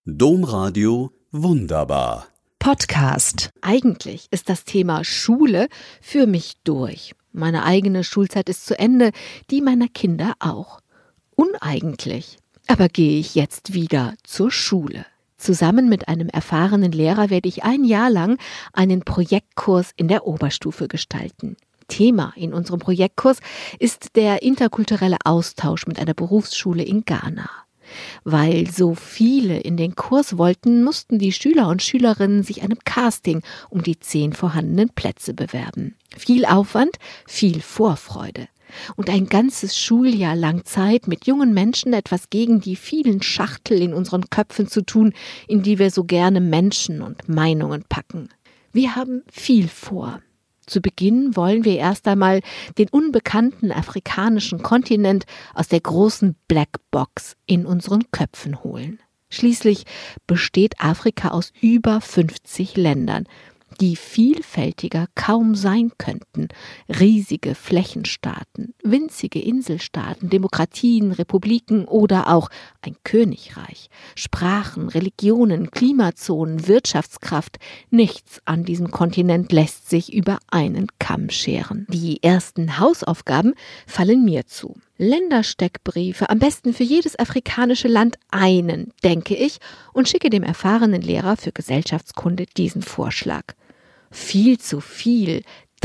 Domradio wunderbar. Podcast. Eigentlich ist das Thema Schule für mich durch. Meine eigene Schulzeit ist zu Ende, die meiner Kinder auch. Uneigentlich. Aber gehe ich jetzt wieder zur Schule. Zusammen mit einem erfahrenen Lehrer werde ich ein Jahr lang einen Projektkurs in der Oberstufe gestalten. Thema in unserem Projektkurs ist der interkulturelle Austausch mit einer Berufsschule in Ghana. Weil so viele in den Kurs wollten, mussten die Schüler und Schülerinnen sich einem Casting um die 10 vorhandenen Plätze bewerben. Viel Aufwand, viel Vorfreude. Und ein ganzes Schuljahr lang Zeit, mit jungen Menschen etwas gegen die vielen Schachtel in unseren Köpfen zu tun, in die wir so gerne Menschen und Meinungen packen. Wir haben viel vor. Zu Beginn wollen wir erst einmal den unbekannten afrikanischen Kontinent aus der großen Blackbox in unseren Köpfen holen. Schließlich besteht Afrika aus über 50 Ländern, die vielfältiger kaum sein könnten. Riesige Flächenstaaten, winzige Inselstaaten, Demokratien, Republiken oder auch ein Königreich. Sprachen, Religionen, Klimazonen, Wirtschaftskraft. Nichts an diesem Kontinent lässt sich über einen Kamm scheren. Die ersten Hausaufgaben fallen mir zu. Ländersteckbriefe, am besten für jedes afrikanische Land einen, denke ich, und schicke dem erfahrenen Lehrer für Gesellschaftskunde diesen Vorschlag. Viel zu viel,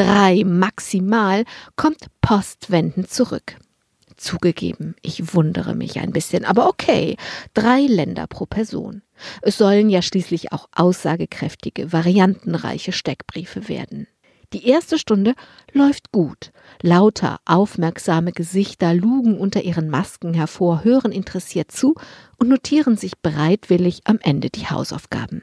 3 maximal, kommt postwendend zurück. Zugegeben, ich wundere mich ein bisschen, aber okay, 3 Länder pro Person. Es sollen ja schließlich auch aussagekräftige, variantenreiche Steckbriefe werden. Die erste Stunde läuft gut. Lauter, aufmerksame Gesichter lugen unter ihren Masken hervor, hören interessiert zu und notieren sich bereitwillig am Ende die Hausaufgaben.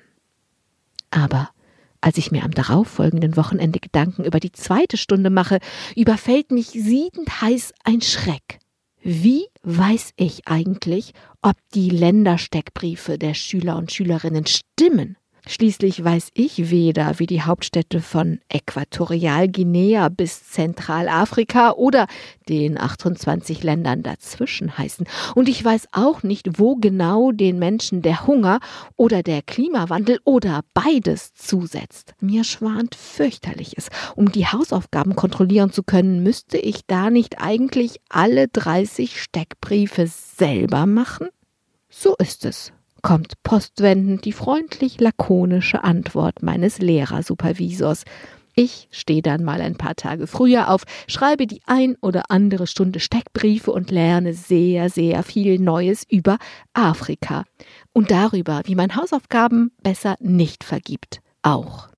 Aber als ich mir am darauffolgenden Wochenende Gedanken über die zweite Stunde mache, überfällt mich siedend heiß ein Schreck. Wie weiß ich eigentlich, ob die Ländersteckbriefe der Schüler und Schülerinnen stimmen? Schließlich weiß ich weder, wie die Hauptstädte von Äquatorialguinea bis Zentralafrika oder den 28 Ländern dazwischen heißen. Und ich weiß auch nicht, wo genau den Menschen der Hunger oder der Klimawandel oder beides zusetzt. Mir schwant Fürchterliches. Um die Hausaufgaben kontrollieren zu können, müsste ich da nicht eigentlich alle 30 Steckbriefe selber machen? So ist es. Kommt postwendend die freundlich-lakonische Antwort meines Lehrersupervisors. Ich stehe dann mal ein paar Tage früher auf, schreibe die ein oder andere Stunde Steckbriefe und lerne sehr, sehr viel Neues über Afrika. Und darüber, wie man Hausaufgaben besser nicht vergibt, auch.